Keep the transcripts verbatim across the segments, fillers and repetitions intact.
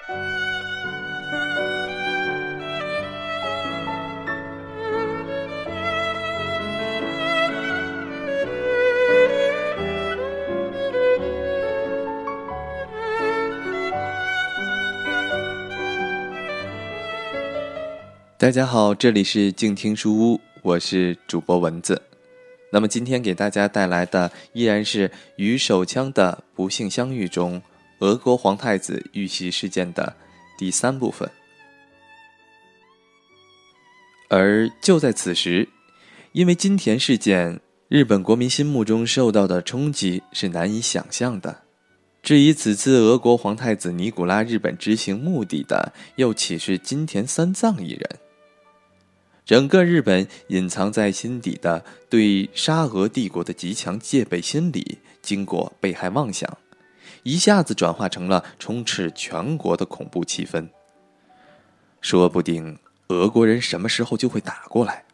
大家好，这里是静听书屋，我是主播蚊子。那么今天给大家带来的依然是与手枪的不幸相遇中俄国皇太子遇袭事件的第三部分。而就在此时，因为金田事件，日本国民心目中受到的冲击是难以想象的。至于此次俄国皇太子尼古拉日本之行目的的，又岂是金田三藏一人？整个日本隐藏在心底的对沙俄帝国的极强戒备心理，经过被害妄想，一下子转化成了充斥全国的恐怖气氛。说不定俄国人什么时候就会打过来。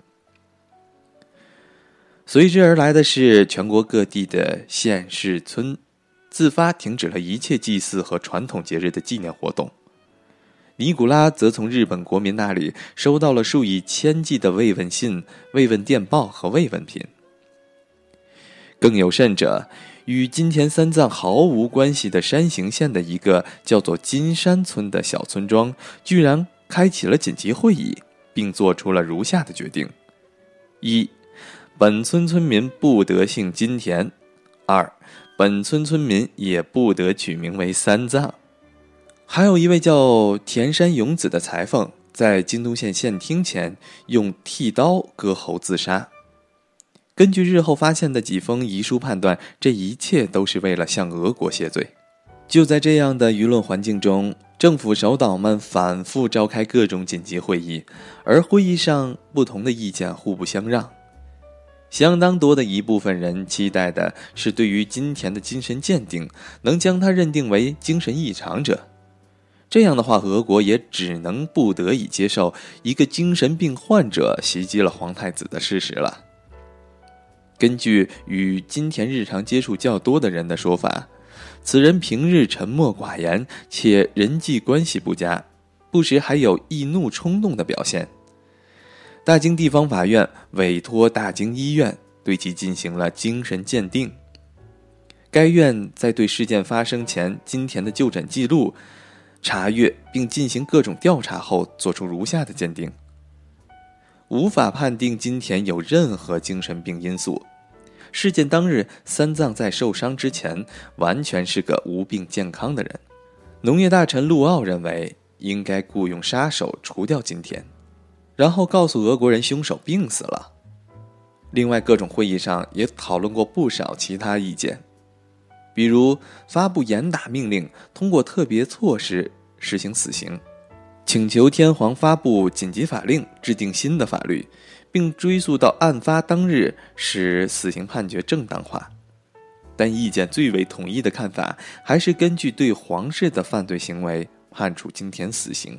随之而来的是全国各地的县市村自发停止了一切祭祀和传统节日的纪念活动。尼古拉则从日本国民那里收到了数以千计的慰问信、慰问电报和慰问品。更有甚者，与金田三藏毫无关系的山形县的一个叫做金山村的小村庄，居然开启了紧急会议，并做出了如下的决定：一、本村村民不得姓金田；二、本村村民也不得取名为三藏。还有一位叫田山勇子的裁缝，在京都县县厅前用剃刀割喉自杀。根据日后发现的几封遗书判断，这一切都是为了向俄国谢罪。就在这样的舆论环境中，政府首脑们反复召开各种紧急会议，而会议上不同的意见互不相让。相当多的一部分人期待的是对于金田的精神鉴定，能将他认定为精神异常者。这样的话，俄国也只能不得已接受一个精神病患者袭击了皇太子的事实了。根据与金田日常接触较多的人的说法，此人平日沉默寡言，且人际关系不佳，不时还有易怒冲动的表现。大京地方法院委托大京医院对其进行了精神鉴定。该院在对事件发生前金田的就诊记录查阅并进行各种调查后，做出如下的鉴定：无法判定金田有任何精神病因素。事件当日，三藏在受伤之前完全是个无病健康的人。农业大臣陆奥认为，应该雇用杀手除掉金田，然后告诉俄国人凶手病死了。另外，各种会议上也讨论过不少其他意见，比如发布严打命令，通过特别措施实行死刑，请求天皇发布紧急法令，制定新的法律，并追溯到案发当日，使死刑判决正当化。但意见最为统一的看法还是根据对皇室的犯罪行为判处金田死刑。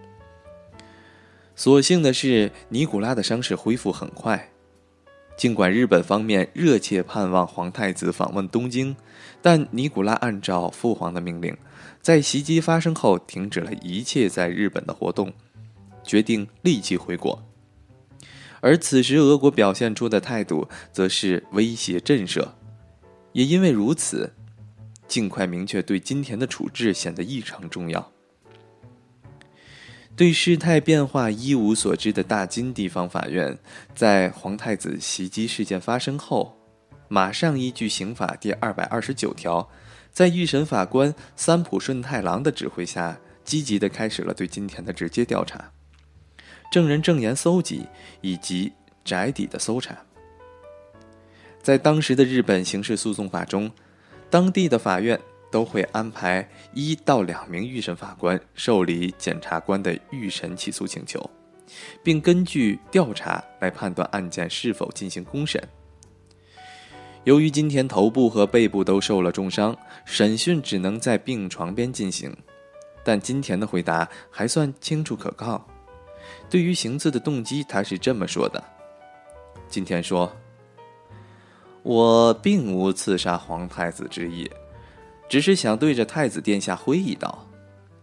所幸的是，尼古拉的伤势恢复很快。尽管日本方面热切盼望皇太子访问东京，但尼古拉按照父皇的命令，在袭击发生后停止了一切在日本的活动，决定立即回国。而此时俄国表现出的态度则是威胁震慑，也因为如此，尽快明确对金田的处置显得异常重要。对事态变化一无所知的大京地方法院，在皇太子袭击事件发生后，马上依据刑法第二百二十九条，在预审法官三浦顺太郎的指挥下，积极地开始了对金田的直接调查、证人证言搜集以及宅邸的搜查。在当时的日本刑事诉讼法中，当地的法院都会安排一到两名预审法官受理检察官的预审起诉请求，并根据调查来判断案件是否进行公审。由于金田头部和背部都受了重伤，审讯只能在病床边进行，但金田的回答还算清楚可靠。对于行刺的动机，他是这么说的：金田说，我并无刺杀皇太子之意，只是想对着太子殿下挥一刀。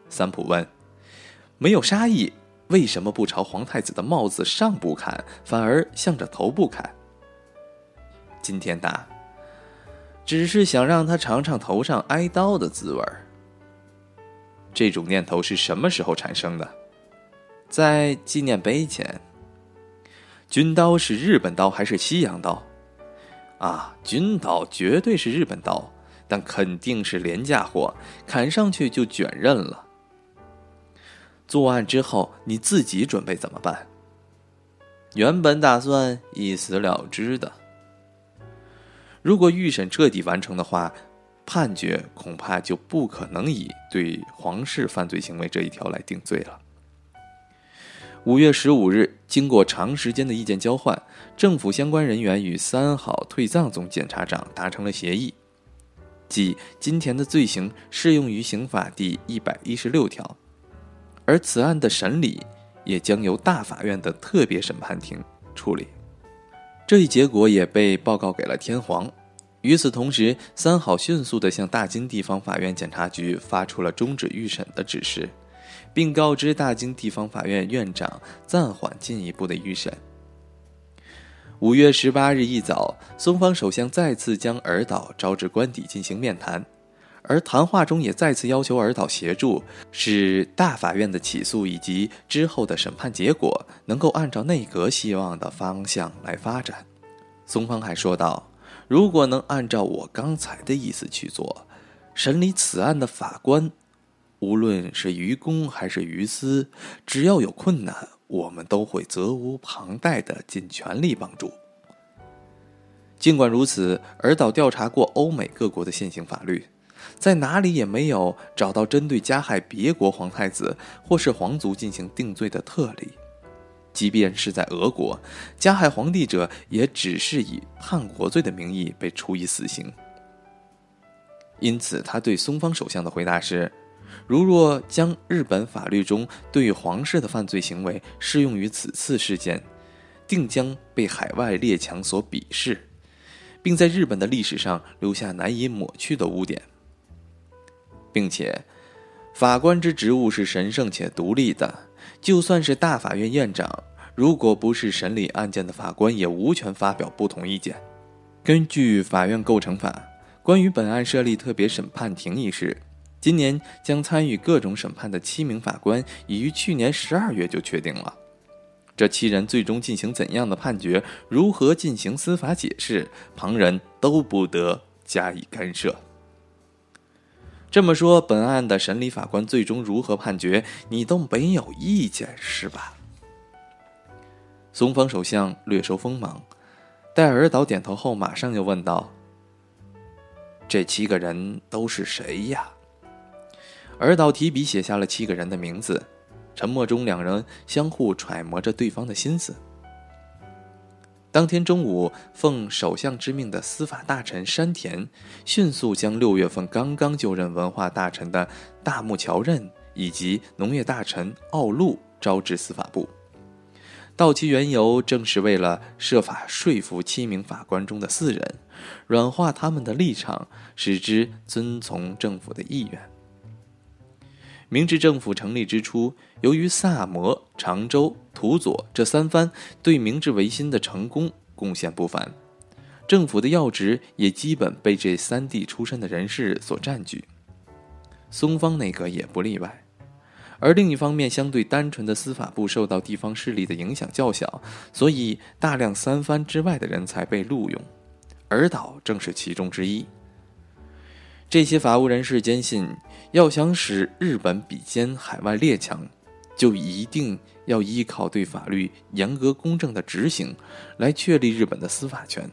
三浦问：没有杀意，为什么不朝皇太子的帽子上部砍，反而向着头部砍？金田答：只是想让他尝尝头上挨刀的滋味。这种念头是什么时候产生的？在纪念碑前。军刀是日本刀还是西洋刀？啊，军刀绝对是日本刀，但肯定是廉价货，砍上去就卷刃了。作案之后你自己准备怎么办？原本打算一死了之的。如果预审彻底完成的话，判决恐怕就不可能以对皇室犯罪行为这一条来定罪了。五月十五日，经过长时间的意见交换，政府相关人员与三好退藏总检察长达成了协议，即金田的罪行适用于刑法第一百一十六条，而此案的审理也将由大法院的特别审判庭处理。这一结果也被报告给了天皇。与此同时，三好迅速地向大津地方法院检察局发出了终止预审的指示，并告知大津地方法院院长暂缓进一步的预审。五月十八日一早，松方首相再次将尔岛召至官邸进行面谈，而谈话中也再次要求尔岛协助，使大法院的起诉以及之后的审判结果能够按照内阁希望的方向来发展。松方还说道，如果能按照我刚才的意思去做，审理此案的法官无论是于公还是于私，只要有困难，我们都会责无旁贷的尽全力帮助。尽管如此，尔岛调查过欧美各国的现行法律，在哪里也没有找到针对加害别国皇太子或是皇族进行定罪的特例。即便是在俄国，加害皇帝者也只是以叛国罪的名义被处以死刑。因此他对松方首相的回答是，如若将日本法律中对于皇室的犯罪行为适用于此次事件，定将被海外列强所鄙视，并在日本的历史上留下难以抹去的污点。并且法官之职务是神圣且独立的，就算是大法院院长，如果不是审理案件的法官，也无权发表不同意见。根据法院构成法，关于本案设立特别审判庭一事，今年将参与各种审判的七名法官已于去年十二月就确定了。这七人最终进行怎样的判决，如何进行司法解释，旁人都不得加以干涉。这么说，本案的审理法官最终如何判决，你都没有意见是吧？松方首相略收锋芒，待尔岛点头后，马上又问道：这七个人都是谁呀？尔岛提笔写下了七个人的名字，沉默中两人相互揣摩着对方的心思。当天中午，奉首相之命的司法大臣山田迅速将六月份刚刚就任文化大臣的大木桥任以及农业大臣奥路招至司法部。到其缘由，正是为了设法说服七名法官中的四人，软化他们的立场，使之遵从政府的意愿。明治政府成立之初，由于萨摩、长州、土佐这三藩对明治维新的成功贡献不凡，政府的要职也基本被这三地出身的人士所占据，松方内阁也不例外。而另一方面，相对单纯的司法部受到地方势力的影响较小，所以大量三藩之外的人才被录用，尔岛正是其中之一。这些法务人士坚信，要想使日本比肩海外列强，就一定要依靠对法律严格公正的执行来确立日本的司法权。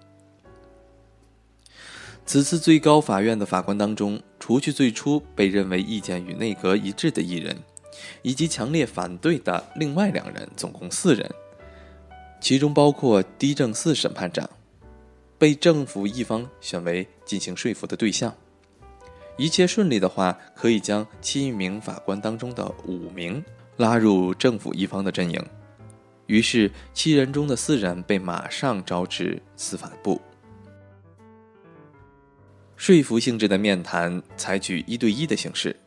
此次最高法院的法官当中，除去最初被认为意见与内阁一致的一人，以及强烈反对的另外两人，总共四人，其中包括低正寺审判长，被政府一方选为进行说服的对象。一切顺利的话，可以将七名法官当中的五名拉入政府一方的阵营。于是七人中的四人被马上招至司法部。说服性质的面谈采取一对一的形式，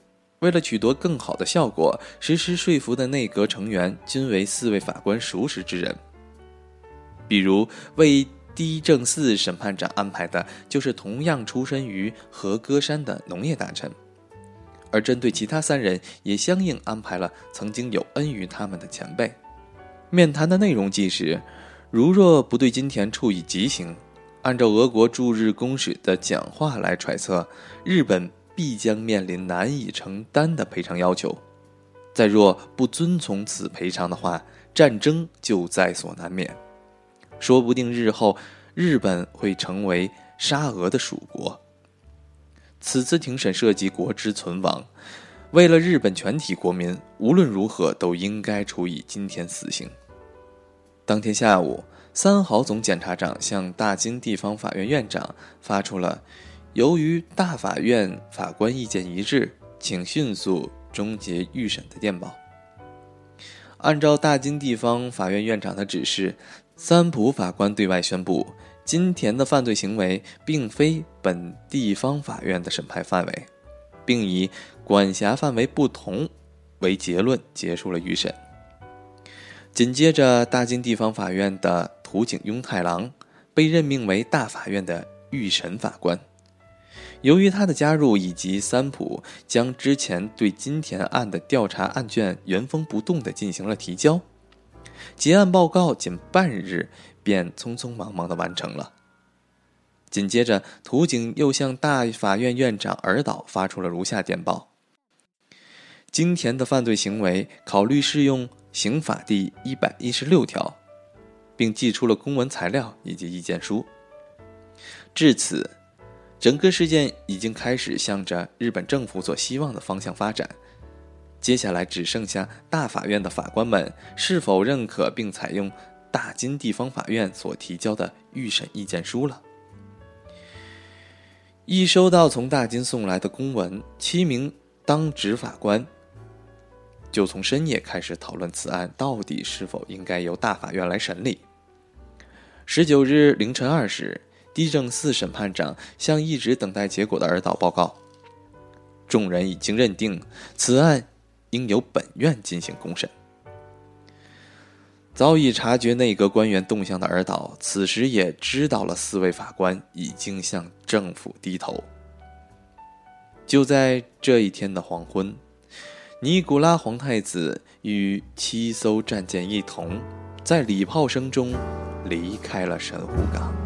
为了取得更好的效果，实施说服的内阁成员均为四位法官熟识之人。比如为低正寺审判长安排的就是同样出身于和歌山的农业大臣，而针对其他三人也相应安排了曾经有恩于他们的前辈。面谈的内容即是，如若不对金田处以极刑，按照俄国驻日公使的讲话来揣测，日本必将面临难以承担的赔偿要求。再若不遵从此赔偿的话，战争就在所难免，说不定日后日本会成为沙俄的属国。此次庭审涉及国之存亡，为了日本全体国民，无论如何都应该处以金田死刑。当天下午，三好总检察长向大津地方法院院长发出了由于大法院法官意见一致，请迅速终结预审的电报。按照大津地方法院院长的指示，三浦法官对外宣布，金田的犯罪行为并非本地方法院的审判范围，并以管辖范围不同为结论结束了预审。紧接着，大津地方法院的土井庸太郎被任命为大法院的预审法官。由于他的加入以及三浦将之前对金田案的调查案卷原封不动地进行了提交，结案报告仅半日便匆匆忙忙地完成了。紧接着，土井又向大法院院长尔岛发出了如下电报：金田的犯罪行为考虑适用刑法第一百一十六条，并寄出了公文材料以及意见书。至此，整个事件已经开始向着日本政府所希望的方向发展，接下来只剩下大法院的法官们是否认可并采用大津地方法院所提交的预审意见书了。一收到从大津送来的公文，七名当值法官就从深夜开始讨论此案到底是否应该由大法院来审理。十九日凌晨二时，低正寺审判长向一直等待结果的尔岛报告，众人已经认定此案应由本院进行公审。早已察觉内阁官员动向的尔岛，此时也知道了四位法官已经向政府低头。就在这一天的黄昏，尼古拉皇太子与七艘战舰一同，在礼炮声中离开了神户港。